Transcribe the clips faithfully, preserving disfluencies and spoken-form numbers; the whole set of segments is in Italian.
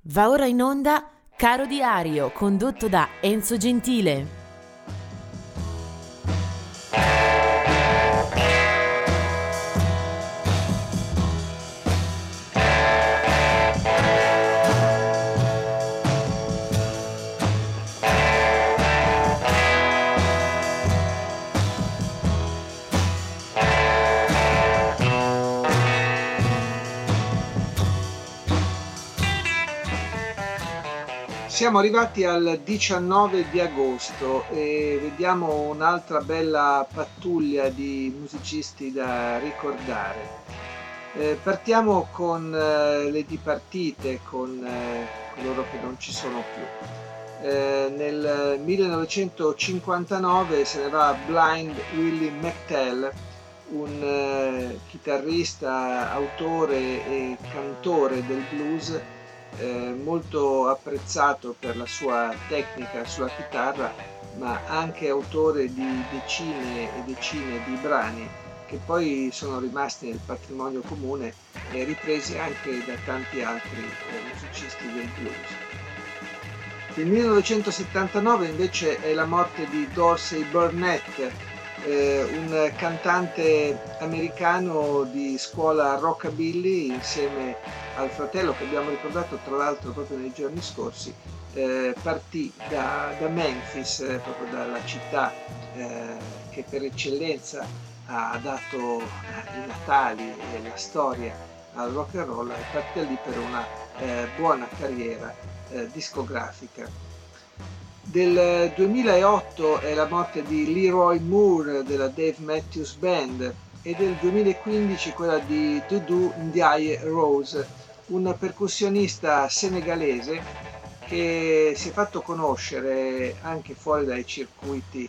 Va ora in onda Caro Diario, condotto da Enzo Gentile. Siamo arrivati al diciannove di agosto e vediamo un'altra bella pattuglia di musicisti da ricordare. Eh, partiamo con eh, le dipartite, con eh, coloro che non ci sono più. Eh, nel millenovecentocinquantanove se ne va Blind Willie McTell, un eh, chitarrista, autore e cantore del blues, eh, molto apprezzato per la sua tecnica sulla chitarra, ma anche autore di decine e decine di brani che poi sono rimasti nel patrimonio comune e ripresi anche da tanti altri eh, musicisti del blues. Nel millenovecentosettantanove invece è la morte di Dorsey Burnett, eh, un cantante americano di scuola rockabilly, insieme al fratello che abbiamo ricordato tra l'altro proprio nei giorni scorsi. Eh, partì da, da Memphis, eh, proprio dalla città eh, che per eccellenza ha dato i natali e la storia al rock and roll, e partì da lì per una eh, buona carriera eh, discografica. Del duemilaotto è la morte di Leroy Moore della Dave Matthews Band, e del duemilaquindici quella di Doudou Ndiaye Rose, un percussionista senegalese che si è fatto conoscere anche fuori dai circuiti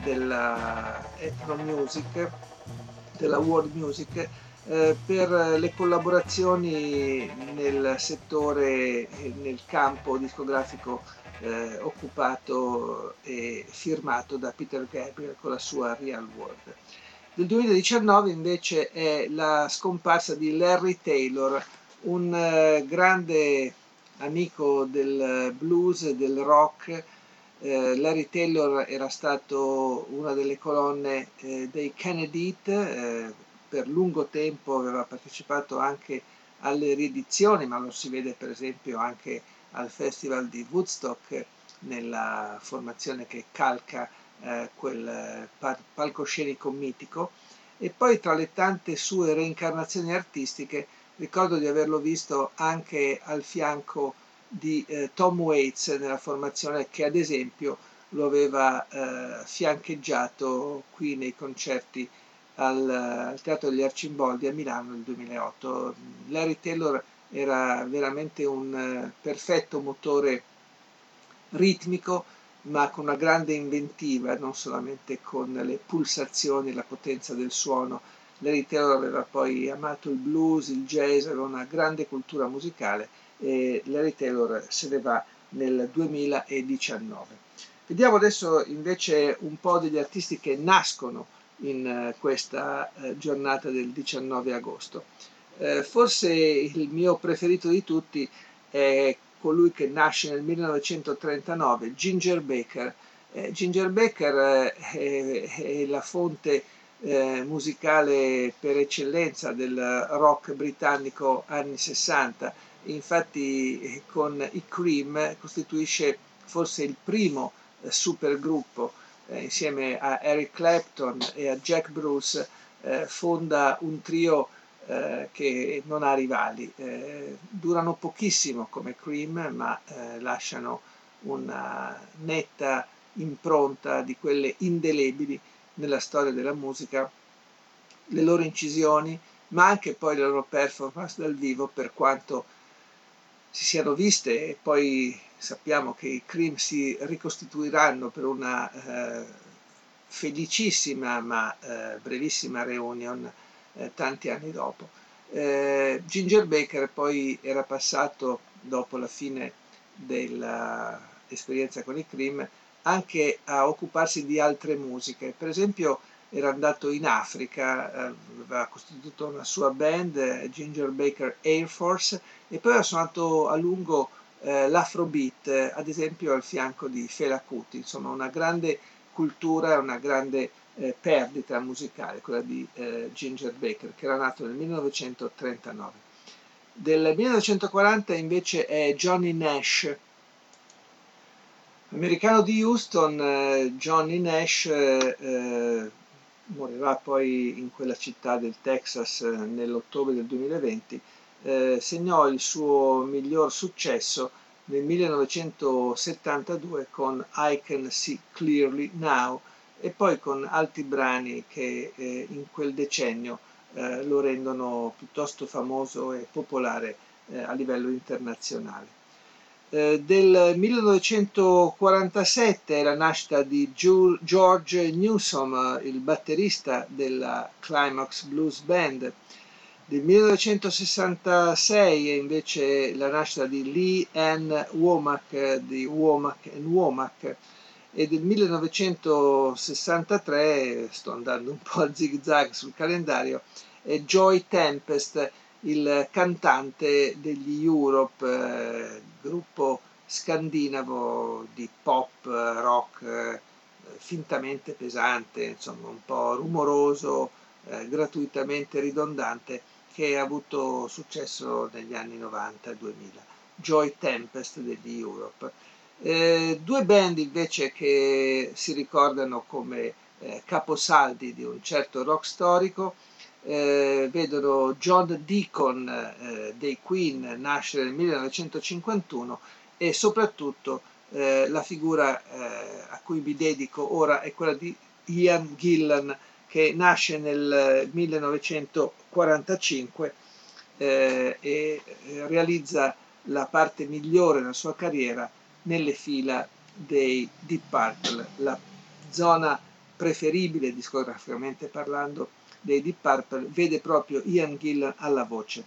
della ethno music, della world music, eh, per le collaborazioni nel settore e nel campo discografico eh, occupato e firmato da Peter Gabriel con la sua Real World. Del duemiladiciannove invece è la scomparsa di Larry Taylor, un eh, grande amico del blues e del rock. Eh, Larry Taylor era stato una delle colonne eh, dei Kennedy, eh, per lungo tempo aveva partecipato anche alle riedizioni, ma lo si vede per esempio anche al Festival di Woodstock, nella formazione che calca eh, quel par- palcoscenico mitico. E poi tra le tante sue reincarnazioni artistiche ricordo di averlo visto anche al fianco di eh, Tom Waits nella formazione che ad esempio lo aveva eh, fiancheggiato qui nei concerti al, al Teatro degli Arcimboldi a Milano nel duemilaotto. Larry Taylor era veramente un eh, perfetto motore ritmico, ma con una grande inventiva, non solamente con le pulsazioni e la potenza del suono. Larry Taylor aveva poi amato il blues, il jazz, aveva una grande cultura musicale, e Larry Taylor se ne va nel duemiladiciannove. Vediamo adesso invece un po' degli artisti che nascono in eh, questa eh, giornata del diciannove agosto. Eh, forse il mio preferito di tutti è colui che nasce nel millenovecentotrentanove, Ginger Baker. Eh, Ginger Baker eh, è, è la fonte eh, musicale per eccellenza del rock britannico anni sessanta. Infatti eh, con i Cream costituisce forse il primo eh, supergruppo, eh, insieme a Eric Clapton e a Jack Bruce, eh, fonda un trio eh, che non ha rivali. Eh, durano pochissimo come Cream, ma eh, lasciano una netta impronta di quelle indelebili nella storia della musica, le loro incisioni, ma anche poi le loro performance dal vivo, per quanto si siano viste, e poi sappiamo che i Cream si ricostituiranno per una eh, felicissima ma eh, brevissima reunion eh, tanti anni dopo. Eh, Ginger Baker poi era passato, dopo la fine dell'esperienza con i Cream, anche a occuparsi di altre musiche. Per esempio era andato in Africa, eh, aveva costituito una sua band, eh, Ginger Baker Air Force, e poi ha suonato a lungo eh, l'afrobeat, ad esempio al fianco di Fela Kuti, insomma una grande cultura e una grande eh, perdita musicale, quella di eh, Ginger Baker, che era nato nel millenovecentotrentanove. Del millenovecentoquaranta invece è Johnny Nash, americano di Houston. eh, Johnny Nash eh, eh, morirà poi in quella città del Texas eh, nell'ottobre del duemilaventi, eh, segnò il suo miglior successo nel millenovecentosettantadue con I Can See Clearly Now e poi con altri brani che eh, in quel decennio eh, lo rendono piuttosto famoso e popolare eh, a livello internazionale. Eh, del millenovecentoquarantasette è la nascita di George Newsom, il batterista della Climax Blues Band. Del millenovecentosessantasei è invece la nascita di Lee Ann Womack di Womack and Womack, e del millenovecentosessantatré, sto andando un po' a zig zag sul calendario, è Joy Tempest, il cantante degli Europe, eh, gruppo scandinavo di pop, rock, eh, fintamente pesante, insomma un po' rumoroso, eh, gratuitamente ridondante, che ha avuto successo negli anni novanta e duemila. Joy Tempest degli Europe. Eh, due band invece che si ricordano come eh, caposaldi di un certo rock storico eh, vedono John Deacon eh, dei Queen nascere nel millenovecentocinquantuno e soprattutto eh, la figura eh, a cui mi dedico ora è quella di Ian Gillan, che nasce nel millenovecentoquarantacinque eh, e realizza la parte migliore della sua carriera nelle fila dei Deep Purple, la zona preferibile discograficamente parlando dei Deep Purple vede proprio Ian Gillan alla voce.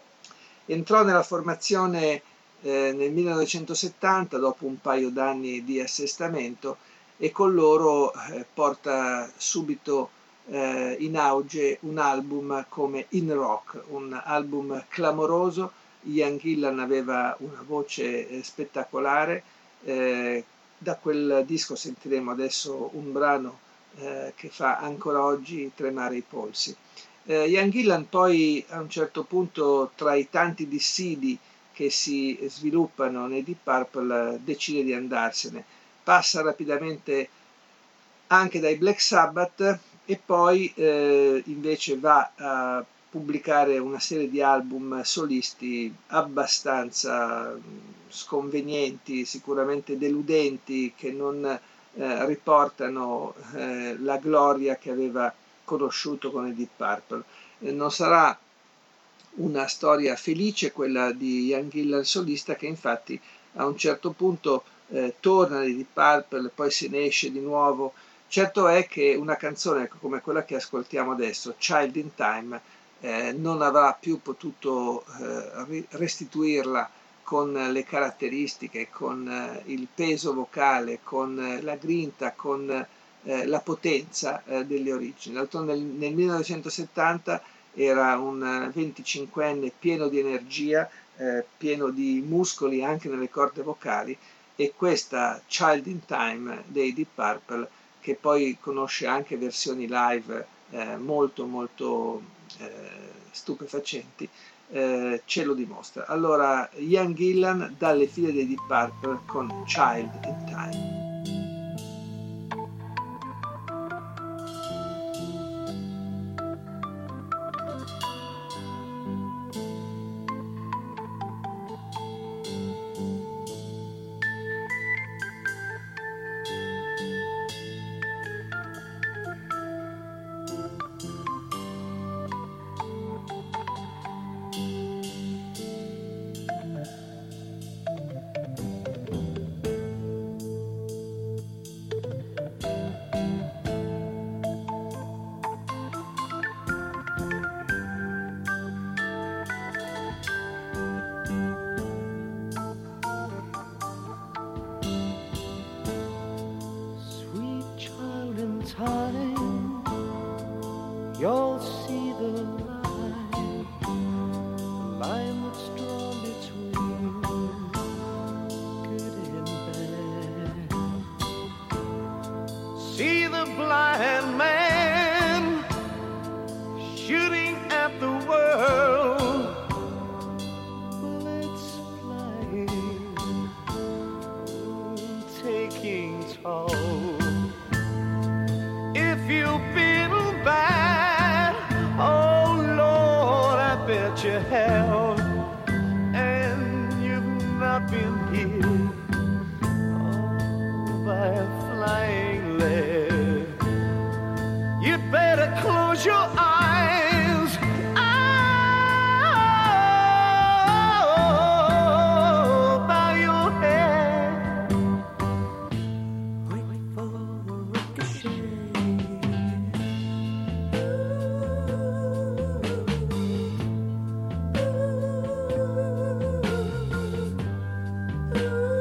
Entrò nella formazione eh, nel millenovecentosettanta dopo un paio d'anni di assestamento e con loro eh, porta subito eh, in auge un album come In Rock, un album clamoroso. Ian Gillan aveva una voce eh, spettacolare, eh, da quel disco sentiremo adesso un brano eh, che fa ancora oggi tremare i polsi. Eh, Ian Gillan poi a un certo punto, tra i tanti dissidi che si sviluppano nei Deep Purple, decide di andarsene, passa rapidamente anche dai Black Sabbath e poi eh, invece va a pubblicare una serie di album solisti abbastanza sconvenienti, sicuramente deludenti, che non eh, riportano eh, la gloria che aveva conosciuto con i Deep Purple. Eh, non sarà una storia felice quella di Ian Gillan solista, che infatti a un certo punto eh, torna nei Deep Purple, poi se ne esce di nuovo. Certo è che una canzone come quella che ascoltiamo adesso, Child in Time, eh, non avrà più potuto eh, restituirla con le caratteristiche, con eh, il peso vocale, con eh, la grinta, con eh, la potenza eh, delle origini. D'altronde nel, nel millenovecentosettanta era un venticinquenne pieno di energia, eh, pieno di muscoli anche nelle corde vocali, e questa Child in Time dei Deep Purple, che poi conosce anche versioni live eh, molto molto eh, stupefacenti, eh, ce lo dimostra. Allora Ian Gillan dalle file dei Deep Purple con Child in Time. blind man shooting at the world. Bullets flying, taking toll. If you've been bad, oh Lord, I bet you have, and you've not been hit oh, by a flying lead. You better close your eyes. Oh, bow your head. Wait for a ricochet. Ooh.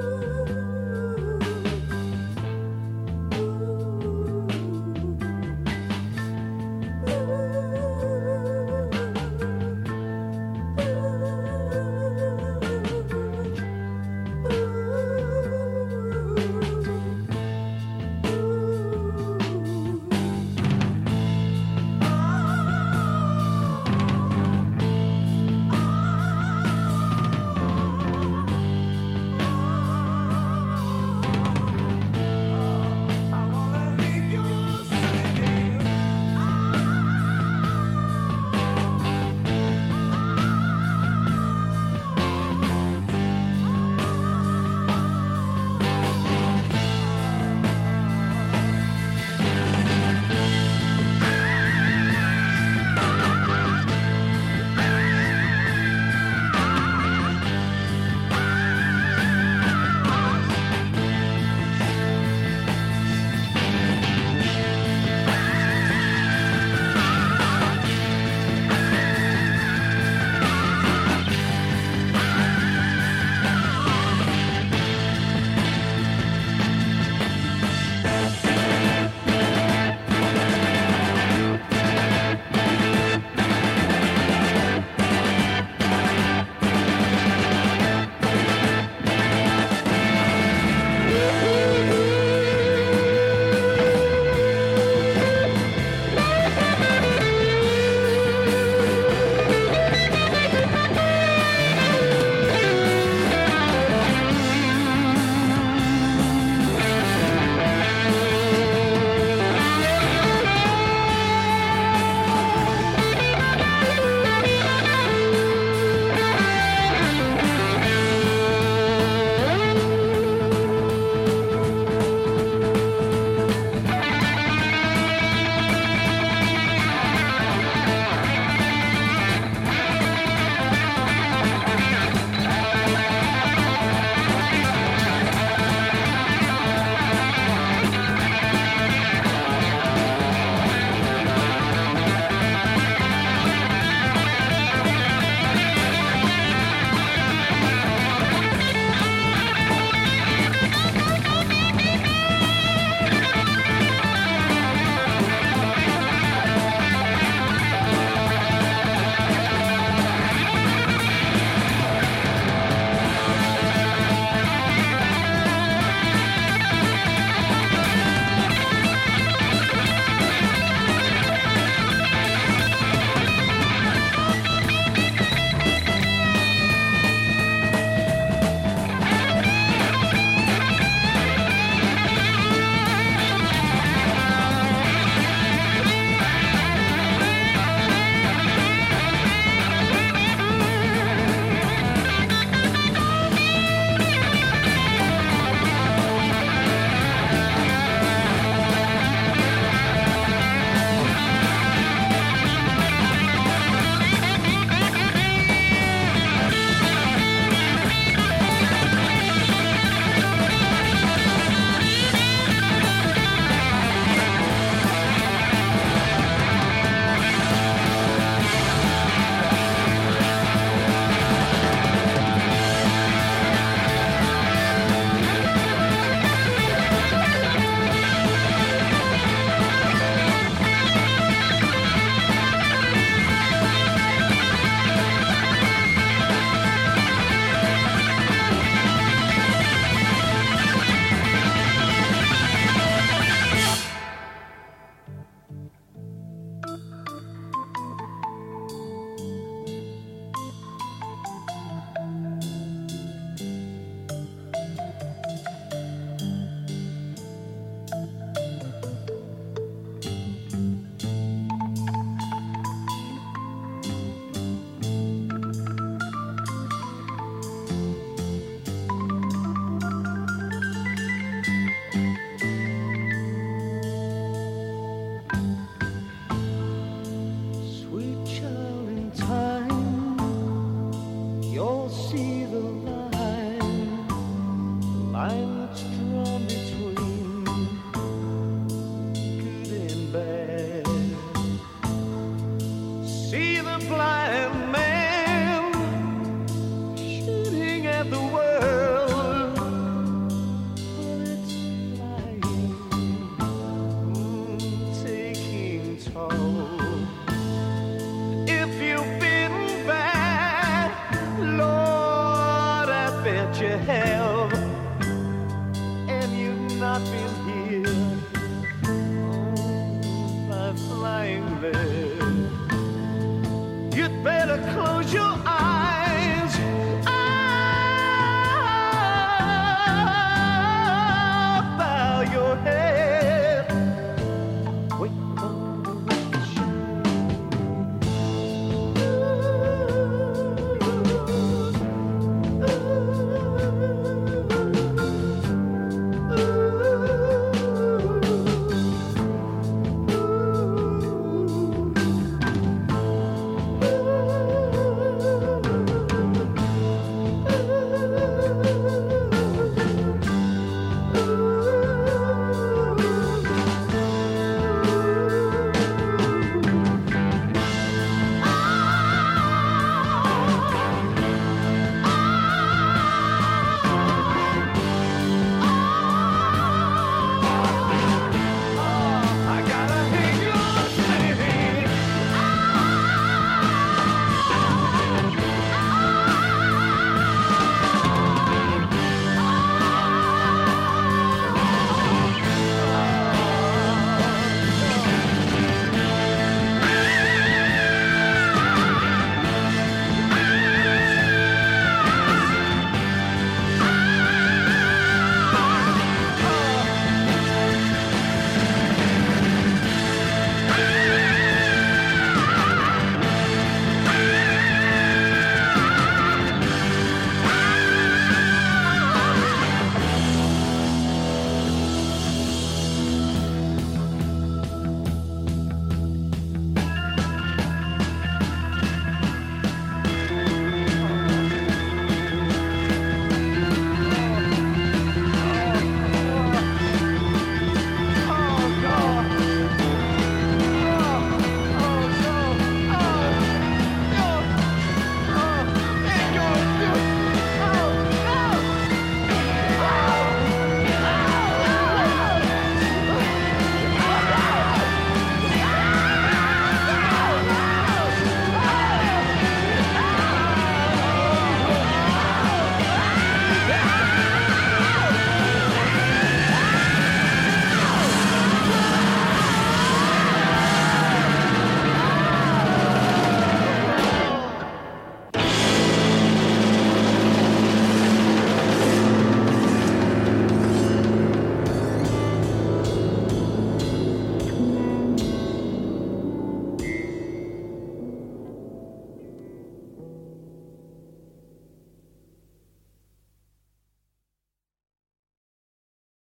that you have, and you've not been